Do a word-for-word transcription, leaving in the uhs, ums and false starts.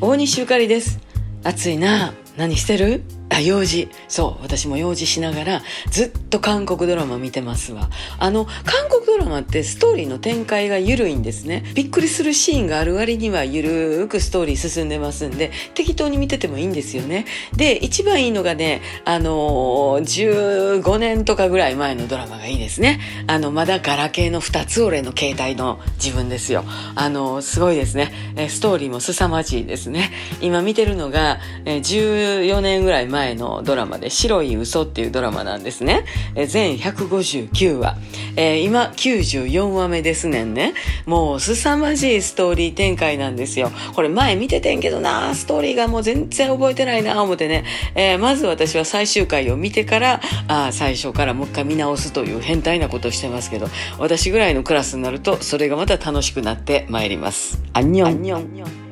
大西ゆかりです。暑いな。何してる？あ、用事。そう、私も用事しながらずっと韓国ドラマ見てますわ。あの韓国ドラマってストーリーの展開が緩いんですね。びっくりするシーンがある割にはゆるーくストーリー進んでますんで、適当に見ててもいいんですよね。で、一番いいのがね、あのー、じゅうごねんとかぐらい前のドラマがいいですね。あのまだガラケーの二つ折れの携帯の自分ですよ。あのー、すごいですね。ストーリーも凄まじいですね。今見てるのがじゅうよねんぐらい前のドラマで白い嘘っていうドラマなんですね。全ひゃくごじゅうきゅうわ、えー、今きゅうじゅうよんわめですねんね。もう凄まじいストーリー展開なんですよ。これ前見ててんけどな、ストーリーがもう全然覚えてないな思ってね、えー、まず私は最終回を見てからあ最初からもう一回見直すという変態なことをしてますけど、私ぐらいのクラスになるとそれがまた楽しくなってまいります。アンニョン。